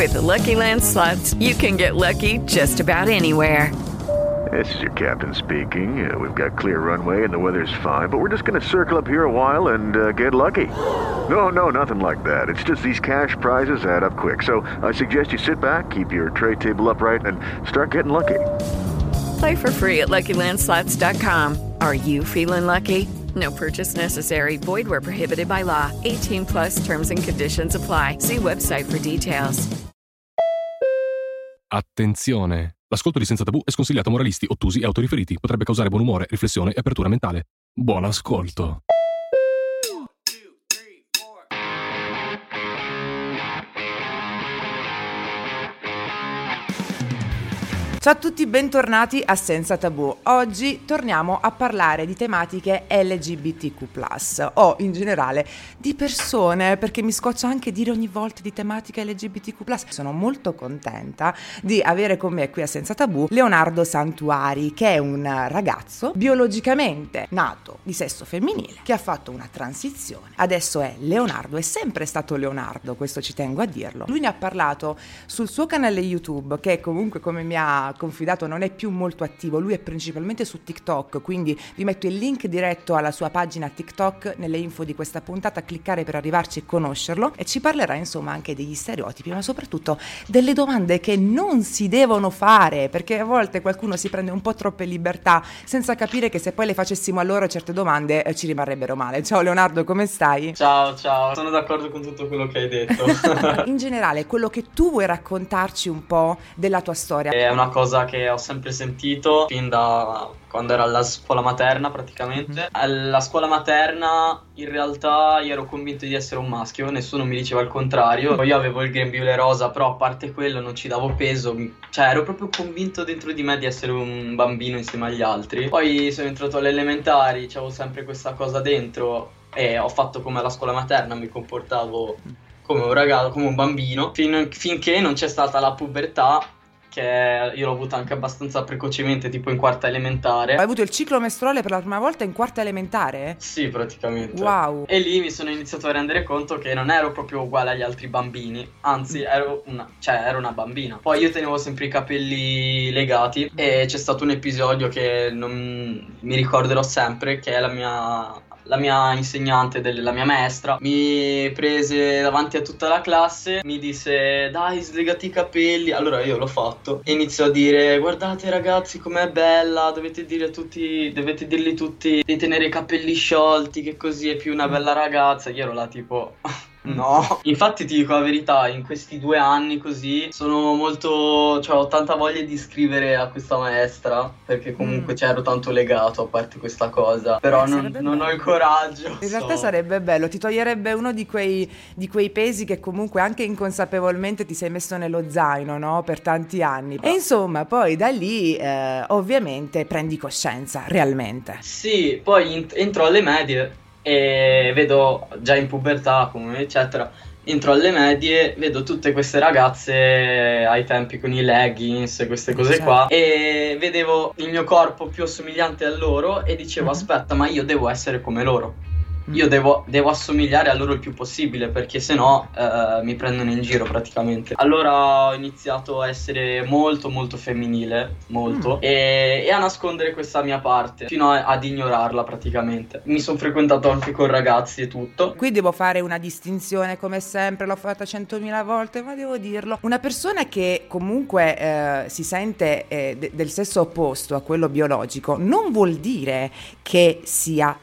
With the Lucky Land Slots, you can get lucky just about anywhere. This is your captain speaking. We've got clear runway and the weather's fine, but we're just going to circle up here a while and get lucky. No, nothing like that. It's just these cash prizes add up quick. So I suggest you sit back, keep your tray table upright, and start getting lucky. Play for free at LuckyLandSlots.com. Are you feeling lucky? No purchase necessary. Void where prohibited by law. 18 plus terms and conditions apply. See website for details. Attenzione! L'ascolto di Senza Tabù è sconsigliato a moralisti, ottusi e autoriferiti. Potrebbe causare buon umore, riflessione e apertura mentale. Buon ascolto! Ciao a tutti, bentornati a Senza Tabù. Oggi torniamo a parlare di tematiche LGBTQ+, o in generale di persone, perché mi scoccia anche dire ogni volta di tematiche LGBTQ+. Sono molto contenta di avere con me qui a Senza Tabù Leonardo Santuari, che è un ragazzo biologicamente nato di sesso femminile, che ha fatto una transizione. Adesso è Leonardo, è sempre stato Leonardo, questo ci tengo a dirlo. Lui ne ha parlato sul suo canale YouTube, che comunque, come mi ha confidato, non è più molto attivo. Lui è principalmente su TikTok, quindi vi metto il link diretto alla sua pagina TikTok nelle info di questa puntata, a cliccare per arrivarci e conoscerlo, e ci parlerà insomma anche degli stereotipi, ma soprattutto delle domande che non si devono fare, perché a volte qualcuno si prende un po' troppe libertà senza capire che se poi le facessimo a loro certe domande ci rimarrebbero male. Ciao Leonardo, come stai? Ciao, sono d'accordo con tutto quello che hai detto. In generale, quello che tu vuoi raccontarci un po' della tua storia. È una cosa che ho sempre sentito fin da quando ero alla scuola materna praticamente. Alla scuola materna in realtà io ero convinto di essere un maschio, nessuno mi diceva il contrario. Io avevo il grembiule rosa, però a parte quello non ci davo peso, cioè ero proprio convinto dentro di me di essere un bambino insieme agli altri. Poi sono entrato alle elementari, c'avevo sempre questa cosa dentro e ho fatto come alla scuola materna, mi comportavo come un ragazzo, come un bambino, finché non c'è stata la pubertà, che io l'ho avuta anche abbastanza precocemente, tipo in quarta elementare. Hai avuto il ciclo mestruale per la prima volta in quarta elementare? Sì, praticamente. Wow. E lì mi sono iniziato a rendere conto che non ero proprio uguale agli altri bambini, anzi ero una bambina. Poi io tenevo sempre i capelli legati e c'è stato un episodio che non mi ricorderò sempre, che è la mia insegnante, la mia maestra, mi prese davanti a tutta la classe, mi disse: dai, slegati i capelli. Allora io l'ho fatto e inizio a dire: guardate ragazzi com'è bella, dovete dirgli tutti di tenere i capelli sciolti, che così è più una bella ragazza. Io ero là tipo no. Infatti ti dico la verità, in questi 2 anni così sono molto, cioè ho tanta voglia di scrivere a questa maestra, perché comunque c'ero tanto legato, a parte questa cosa, però non ho il coraggio. In realtà sarebbe bello, ti toglierebbe uno di quei pesi che comunque anche inconsapevolmente ti sei messo nello zaino, no? Per tanti anni. E insomma poi da lì ovviamente prendi coscienza realmente. Sì, poi entro alle medie e vedo già in pubertà come eccetera, entro alle medie, vedo tutte queste ragazze ai tempi con i leggings, queste cose qua, e vedevo il mio corpo più assomigliante a loro e dicevo aspetta, ma io devo essere come loro. Io devo assomigliare a loro il più possibile, perché sennò mi prendono in giro praticamente. Allora ho iniziato a essere molto molto femminile, molto, e a nascondere questa mia parte, fino ad ignorarla praticamente. Mi sono frequentato anche con ragazzi e tutto. Qui devo fare una distinzione, come sempre, l'ho fatta 100.000 volte, ma devo dirlo. Una persona che comunque si sente del sesso opposto a quello biologico non vuol dire che sia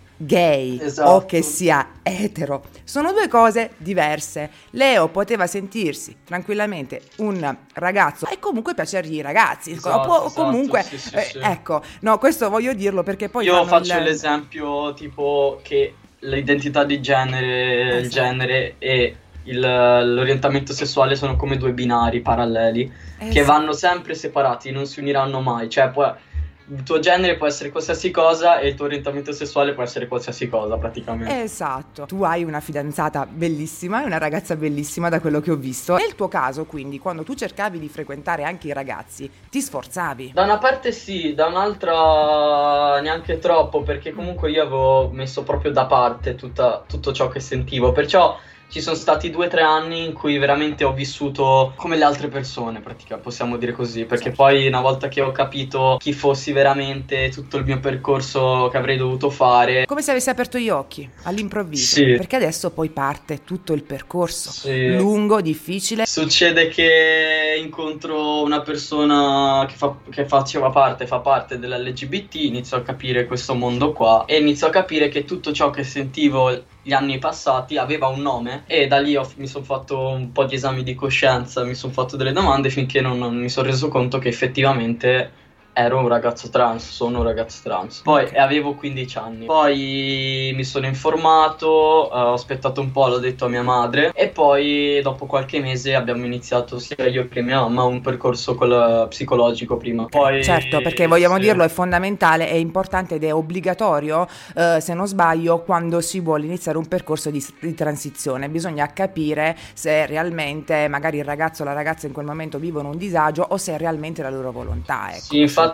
gay, esatto, o che sia etero. Sono 2 cose diverse. Leo poteva sentirsi tranquillamente un ragazzo e comunque piacergli i ragazzi, esatto, comunque sì. ecco, no, questo voglio dirlo perché poi io faccio l'esempio tipo che l'identità di genere, il genere e l'orientamento sessuale sono come 2 binari paralleli che vanno sempre separati, non si uniranno mai. Cioè il tuo genere può essere qualsiasi cosa e il tuo orientamento sessuale può essere qualsiasi cosa praticamente. Esatto. Tu hai una fidanzata bellissima, una ragazza bellissima da quello che ho visto. Nel tuo caso quindi, quando tu cercavi di frequentare anche i ragazzi, ti sforzavi? Da una parte sì, da un'altra neanche troppo, perché comunque io avevo messo proprio da parte tutto ciò che sentivo, perciò ci sono stati 2 o 3 anni in cui veramente ho vissuto come le altre persone, praticamente, possiamo dire così, perché poi una volta che ho capito chi fossi veramente, tutto il mio percorso che avrei dovuto fare, come se avessi aperto gli occhi all'improvviso, sì, perché adesso poi parte tutto il percorso, sì, lungo, difficile. succede che incontro una persona che fa parte dell'LGBT, inizio a capire questo mondo qua e inizio a capire che tutto ciò che sentivo gli anni passati aveva un nome, e da lì mi sono fatto un po' di esami di coscienza, mi sono fatto delle domande finché non mi sono reso conto che effettivamente ero un ragazzo trans, sono un ragazzo trans. Poi avevo 15 anni. Poi mi sono informato, ho aspettato un po', l'ho detto a mia madre, e poi dopo qualche mese abbiamo iniziato sia io che mia mamma un percorso psicologico prima. Poi, certo, perché vogliamo dirlo, è fondamentale, è importante ed è obbligatorio, se non sbaglio, quando si vuole iniziare un percorso di transizione. Bisogna capire se realmente magari il ragazzo o la ragazza in quel momento vivono un disagio o se è realmente la loro volontà. Ecco, sì, infatti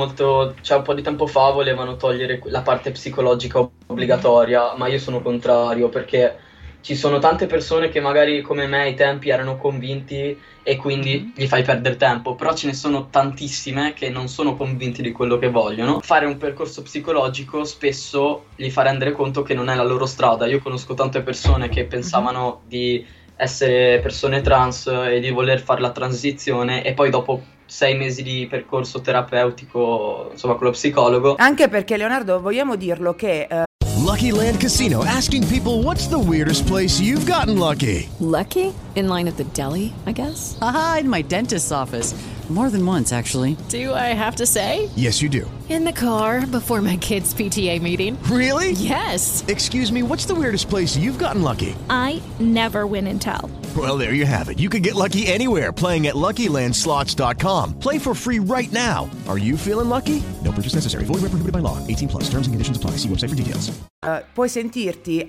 un po' di tempo fa volevano togliere la parte psicologica obbligatoria, ma io sono contrario, perché ci sono tante persone che magari come me ai tempi erano convinti e quindi gli fai perdere tempo, però ce ne sono tantissime che non sono convinti di quello che vogliono. Fare un percorso psicologico spesso gli fa rendere conto che non è la loro strada. Io conosco tante persone che pensavano di essere persone trans e di voler fare la transizione, e poi dopo 6 mesi di percorso terapeutico, insomma, con lo psicologo. Anche perché, Leonardo, vogliamo dirlo che Lucky Land Casino, asking people, what's the weirdest place you've gotten lucky? Lucky? In line at the deli, I guess? Aha, in my dentist's office. More than once, actually. Do I have to say? Yes, you do. In the car before my kids' PTA meeting. Really? Yes. Excuse me, what's the weirdest place you've gotten lucky? I never win and tell. Well, there you have it. You can get lucky anywhere, playing at LuckyLandSlots.com. Play for free right now. Are you feeling lucky? No purchase necessary. Void where prohibited by law. 18+. Terms and conditions apply. See website for details. puoi sentirti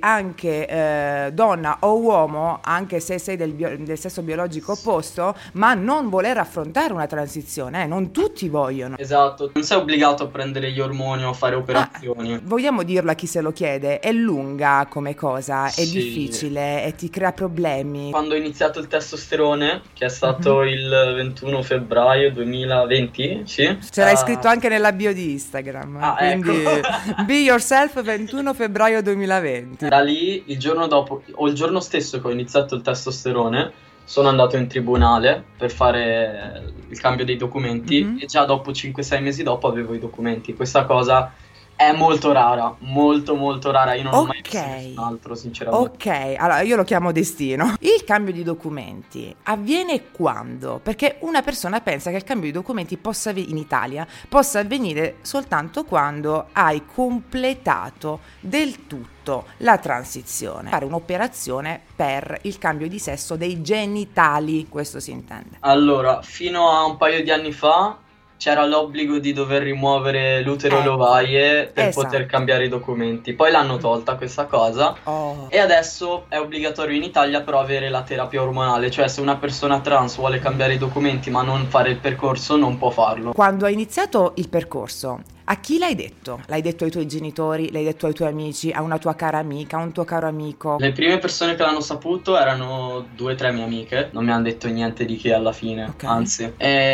anche donna o uomo, anche se sei del sesso biologico opposto, ma non voler affrontare una transizione, non tutti vogliono. Esatto, non sei obbligato a prendere gli ormoni o a fare operazioni. Vogliamo dirlo a chi se lo chiede, è lunga come cosa, è difficile e ti crea problemi. Quando ho iniziato il testosterone, che è stato il 21 febbraio 2020, sì? Ce l'hai scritto anche nella bio di Instagram, quindi ecco. Be Yourself 21 febbraio 2020. Da lì, il giorno dopo, o il giorno stesso che ho iniziato il testosterone, sono andato in tribunale per fare il cambio dei documenti e già dopo 5-6 mesi dopo avevo i documenti. Questa cosa è molto rara, molto molto rara, io non ho mai visto nessun altro, sinceramente. Ok, allora io lo chiamo destino. Il cambio di documenti avviene quando? Perché una persona pensa che il cambio di documenti in Italia possa avvenire soltanto quando hai completato del tutto la transizione, fare un'operazione per il cambio di sesso dei genitali, questo si intende. Allora, fino a un paio di anni fa c'era l'obbligo di dover rimuovere l'utero e le ovaie per poter cambiare i documenti. Poi l'hanno tolta questa cosa e adesso è obbligatorio in Italia però avere la terapia ormonale. Cioè se una persona trans vuole cambiare i documenti ma non fare il percorso non può farlo. Quando hai iniziato il percorso, a chi l'hai detto? L'hai detto ai tuoi genitori? L'hai detto ai tuoi amici? A una tua cara amica? A un tuo caro amico? Le prime persone che l'hanno saputo erano 2 o 3 mie amiche. Non mi hanno detto niente di che alla fine, anzi.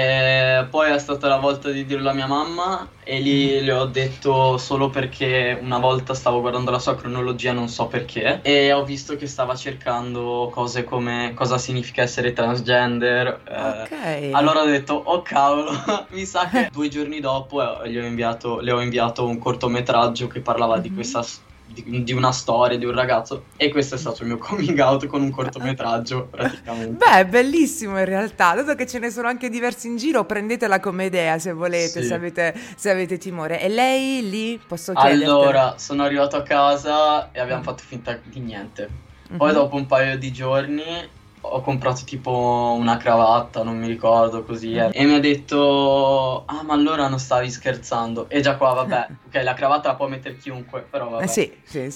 E poi è stata la volta di dirlo a mia mamma e lì le ho detto solo perché una volta stavo guardando la sua cronologia, non so perché, e ho visto che stava cercando cose come cosa significa essere transgender. Allora ho detto oh cavolo, mi sa che 2 giorni dopo le ho inviato un cortometraggio che parlava di questa di una storia di un ragazzo e questo è stato il mio coming out con un cortometraggio praticamente. Beh, bellissimo in realtà, dato che ce ne sono anche diversi in giro, prendetela come idea se volete, sì. se avete timore. E lei lì, posso chiederti? Allora, sono arrivato a casa e abbiamo fatto finta di niente. Poi dopo un paio di giorni ho comprato tipo una cravatta, non mi ricordo così, e mi ha detto ma allora non stavi scherzando? E già qua vabbè, ok, la cravatta la può mettere chiunque, però vabbè. Sì.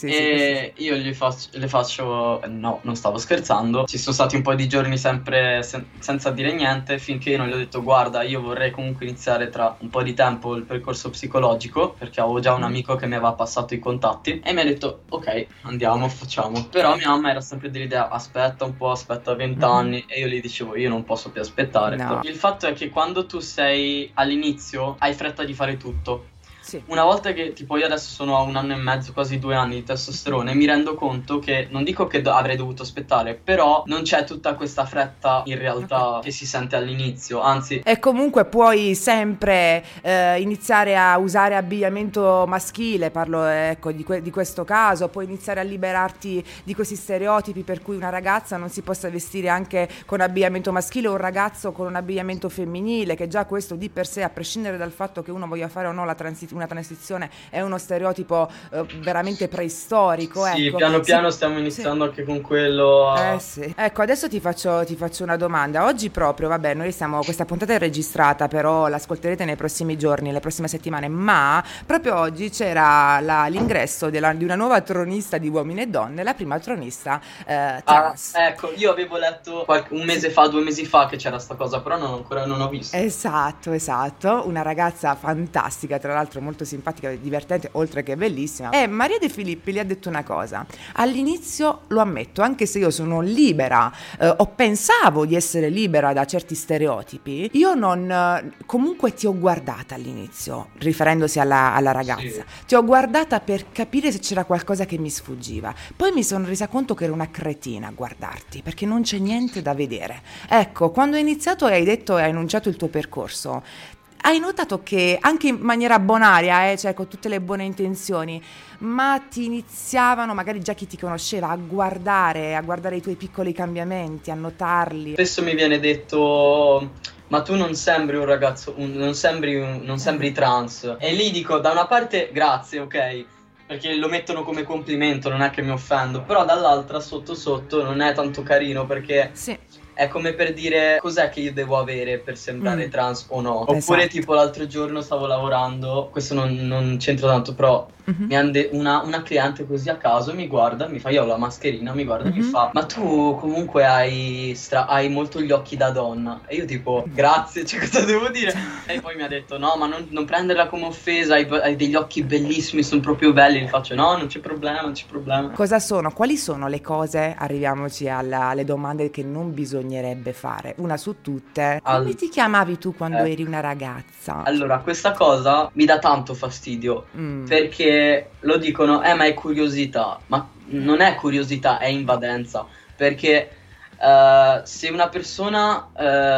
E io le faccio no, non stavo scherzando. Ci sono stati un po' di giorni sempre senza dire niente, finché io non gli ho detto guarda, io vorrei comunque iniziare tra un po' di tempo il percorso psicologico, perché avevo già un amico che mi aveva passato i contatti, e mi ha detto ok, andiamo, facciamo. Però mia mamma era sempre dell'idea aspetta un po', aspetta 20 anni, e io gli dicevo io non posso più aspettare. No. Il fatto è che quando tu sei all'inizio hai fretta di fare tutto. Sì. Una volta che tipo io adesso sono a 1 anno e mezzo, quasi 2 anni di testosterone, mi rendo conto che non dico che avrei dovuto aspettare, però non c'è tutta questa fretta in realtà che si sente all'inizio, anzi. E comunque puoi sempre iniziare a usare abbigliamento maschile, parlo ecco di questo caso, puoi iniziare a liberarti di questi stereotipi per cui una ragazza non si possa vestire anche con abbigliamento maschile o un ragazzo con un abbigliamento femminile, che già questo di per sé, a prescindere dal fatto che uno voglia fare o no una transizione, è uno stereotipo veramente preistorico. Sì, ecco. piano piano stiamo iniziando anche con quello. Sì. Ecco, adesso ti faccio una domanda. Oggi proprio, vabbè, questa puntata è registrata, però l'ascolterete nei prossimi giorni, le prossime settimane, ma proprio oggi c'era l'ingresso di una nuova tronista di Uomini e Donne, la prima tronista trans. Ecco, io avevo letto 2 mesi fa che c'era sta cosa, però ancora non ho visto. Esatto, una ragazza fantastica, tra l'altro molto simpatica e divertente, oltre che bellissima. E Maria De Filippi le ha detto una cosa: all'inizio, lo ammetto, anche se io sono libera o pensavo di essere libera da certi stereotipi, io non comunque ti ho guardata all'inizio, riferendosi alla ragazza, sì. Ti ho guardata per capire se c'era qualcosa che mi sfuggiva, poi mi sono resa conto che ero una cretina a guardarti, perché non c'è niente da vedere. Ecco, quando hai iniziato e hai annunciato il tuo percorso, hai notato che anche in maniera bonaria, cioè con tutte le buone intenzioni, ma ti iniziavano, magari già chi ti conosceva, a guardare i tuoi piccoli cambiamenti, a notarli? Spesso mi viene detto ma tu non sembri un ragazzo, non sembri trans. E lì dico, da una parte grazie, ok, perché lo mettono come complimento, non è che mi offendo, però dall'altra sotto sotto non è tanto carino, perché sì. È come per dire cos'è che io devo avere per sembrare trans o no. Oppure esatto. Tipo l'altro giorno stavo lavorando, questo non c'entra tanto, però una cliente così a caso mi guarda, mi fa, io ho la mascherina, mi guarda e mi fa, ma tu comunque hai molto gli occhi da donna. E io tipo, grazie, cioè cosa devo dire? E poi mi ha detto, no, ma non prenderla come offesa, hai degli occhi bellissimi, sono proprio belli. Gli faccio, no, non c'è problema. Quali sono le cose, arriviamoci alle domande che non bisognerebbe fare, una su tutte. Come ti chiamavi tu quando eri una ragazza? Allora, questa cosa mi dà tanto fastidio, perché lo dicono, ma è curiosità, ma non è curiosità, è invadenza, perché se una persona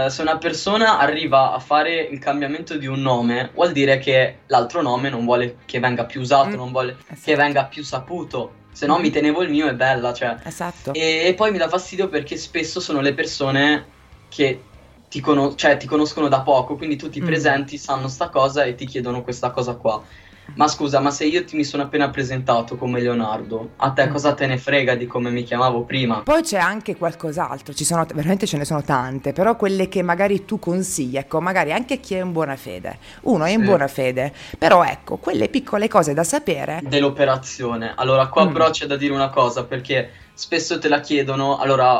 arriva a fare il cambiamento di un nome, vuol dire che l'altro nome non vuole che venga più usato, non vuole che venga più saputo. Se no mi tenevo il mio e bella, cioè. Esatto. E poi mi dà fastidio perché spesso sono le persone che ti conoscono da poco, quindi tu ti presenti, sanno sta cosa e ti chiedono questa cosa qua. Ma scusa, ma se io mi sono appena presentato come Leonardo, a te cosa te ne frega di come mi chiamavo prima? Poi c'è anche qualcos'altro, veramente ce ne sono tante, però quelle che magari tu consigli, ecco, magari anche chi è in buona fede. Uno è in buona fede, però ecco, quelle piccole cose da sapere. Dell'operazione. Allora, qua però c'è da dire una cosa, perché spesso te la chiedono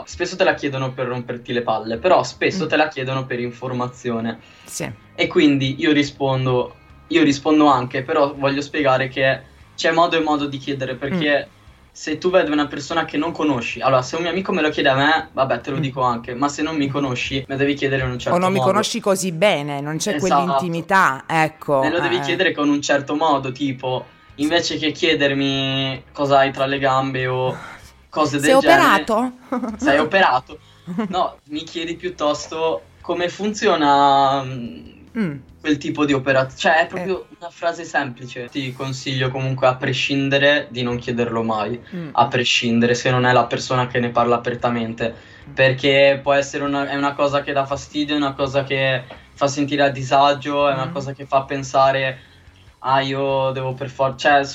per romperti le palle, però spesso te la chiedono per informazione. Sì. E quindi io rispondo anche, però voglio spiegare che c'è modo e modo di chiedere, perché se tu vedi una persona che non conosci, allora se un mio amico me lo chiede a me, vabbè, te lo dico anche, ma se non mi conosci me devi chiedere in un certo modo. O non mi conosci così bene, non c'è quell'intimità, ecco. Me lo devi chiedere con un certo modo, tipo, invece che chiedermi cosa hai tra le gambe o cose del genere. Sei operato? No, mi chiedi piuttosto come funziona quel tipo di operazione. Cioè è proprio una frase semplice. Ti consiglio comunque, a prescindere, di non chiederlo mai, a prescindere, se non è la persona che ne parla apertamente, perché può essere è una cosa che dà fastidio, è una cosa che fa sentire a disagio, è una cosa che fa pensare io devo per forza, cioè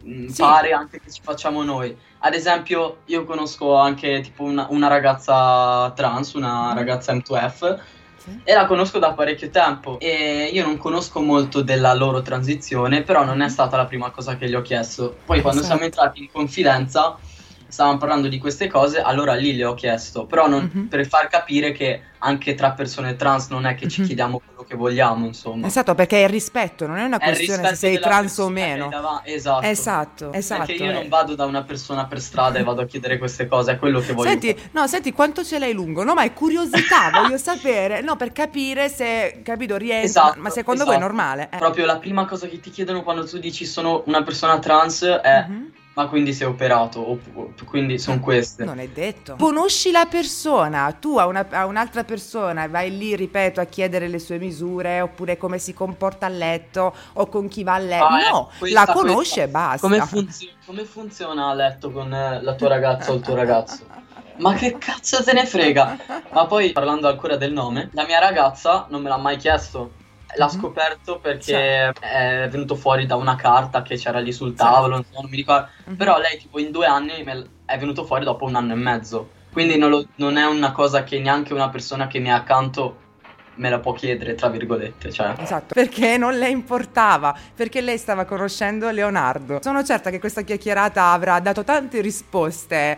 Sì. pare anche che ci facciamo noi. Ad esempio, io conosco anche tipo una ragazza trans, una ragazza M2F, e la conosco da parecchio tempo e io non conosco molto della loro transizione, però non è stata la prima cosa che gli ho chiesto. Poi quando siamo entrati in confidenza stavamo parlando di queste cose, allora lì le ho chiesto, però non, per far capire che anche tra persone trans non è che ci chiediamo quello che vogliamo, insomma. Esatto, perché è il rispetto, non è una È il questione se rispetto sei della trans o persona che meno. hai davanti. Esatto. Esatto. Perché io non vado da una persona per strada e vado a chiedere queste cose, è quello che voglio. Senti, quanto ce l'hai lungo? No, ma è curiosità, voglio sapere, no, per capire se, capito, rientra, ma secondo voi è normale? Proprio la prima cosa che ti chiedono quando tu dici sono una persona trans è ma quindi sei operato, o quindi sono queste. Non è detto. Conosci la persona, tu a un'altra persona vai lì, ripeto, a chiedere le sue misure, oppure come si comporta a letto, o con chi va a letto. No, la conosci e basta. Come funziona a letto con la tua ragazza o il tuo ragazzo? Ma che cazzo te ne frega? Ma poi, parlando ancora del nome, la mia ragazza non me l'ha mai chiesto. L'ha scoperto perché è venuto fuori da una carta che c'era lì sul tavolo, non mi ricordo. Però lei tipo in 2 anni è venuto fuori dopo 1 anno e mezzo. Quindi non è una cosa che neanche una persona che mi è accanto me la può chiedere, tra virgolette, cioè. Esatto, perché non le importava, perché lei stava conoscendo Leonardo. Sono certa che questa chiacchierata avrà dato tante risposte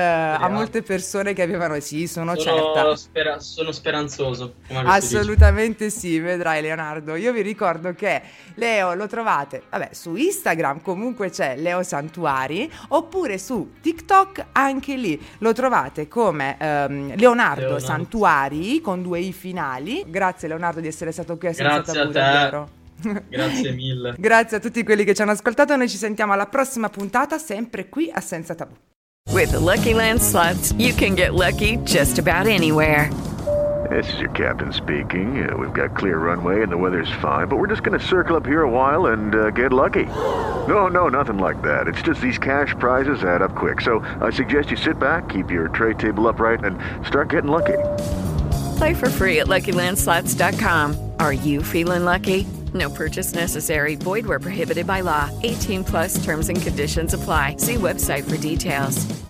a molte persone che avevano sono certa. Sono speranzoso. Assolutamente sì, vedrai Leonardo. Io vi ricordo che Leo lo trovate, su Instagram comunque c'è Leo Santuari, oppure su TikTok anche lì lo trovate come Leonardo Santuari con 2 i finali. Grazie Leonardo di essere stato qui a Senza Tabù, davvero. Grazie mille. Grazie a tutti quelli che ci hanno ascoltato. Noi ci sentiamo alla prossima puntata, sempre qui a Senza Tabù. With the Lucky Land Slots, you can get lucky just about anywhere. This is your captain speaking. We've got clear runway and the weather's fine, but we're just going to circle up here a while and get lucky. No, nothing like that. It's just these cash prizes add up quick. So I suggest you sit back, keep your tray table upright, and start getting lucky. Play for free at LuckyLandSlots.com. Are you feeling lucky? No purchase necessary. Void where prohibited by law. 18+ terms and conditions apply. See website for details.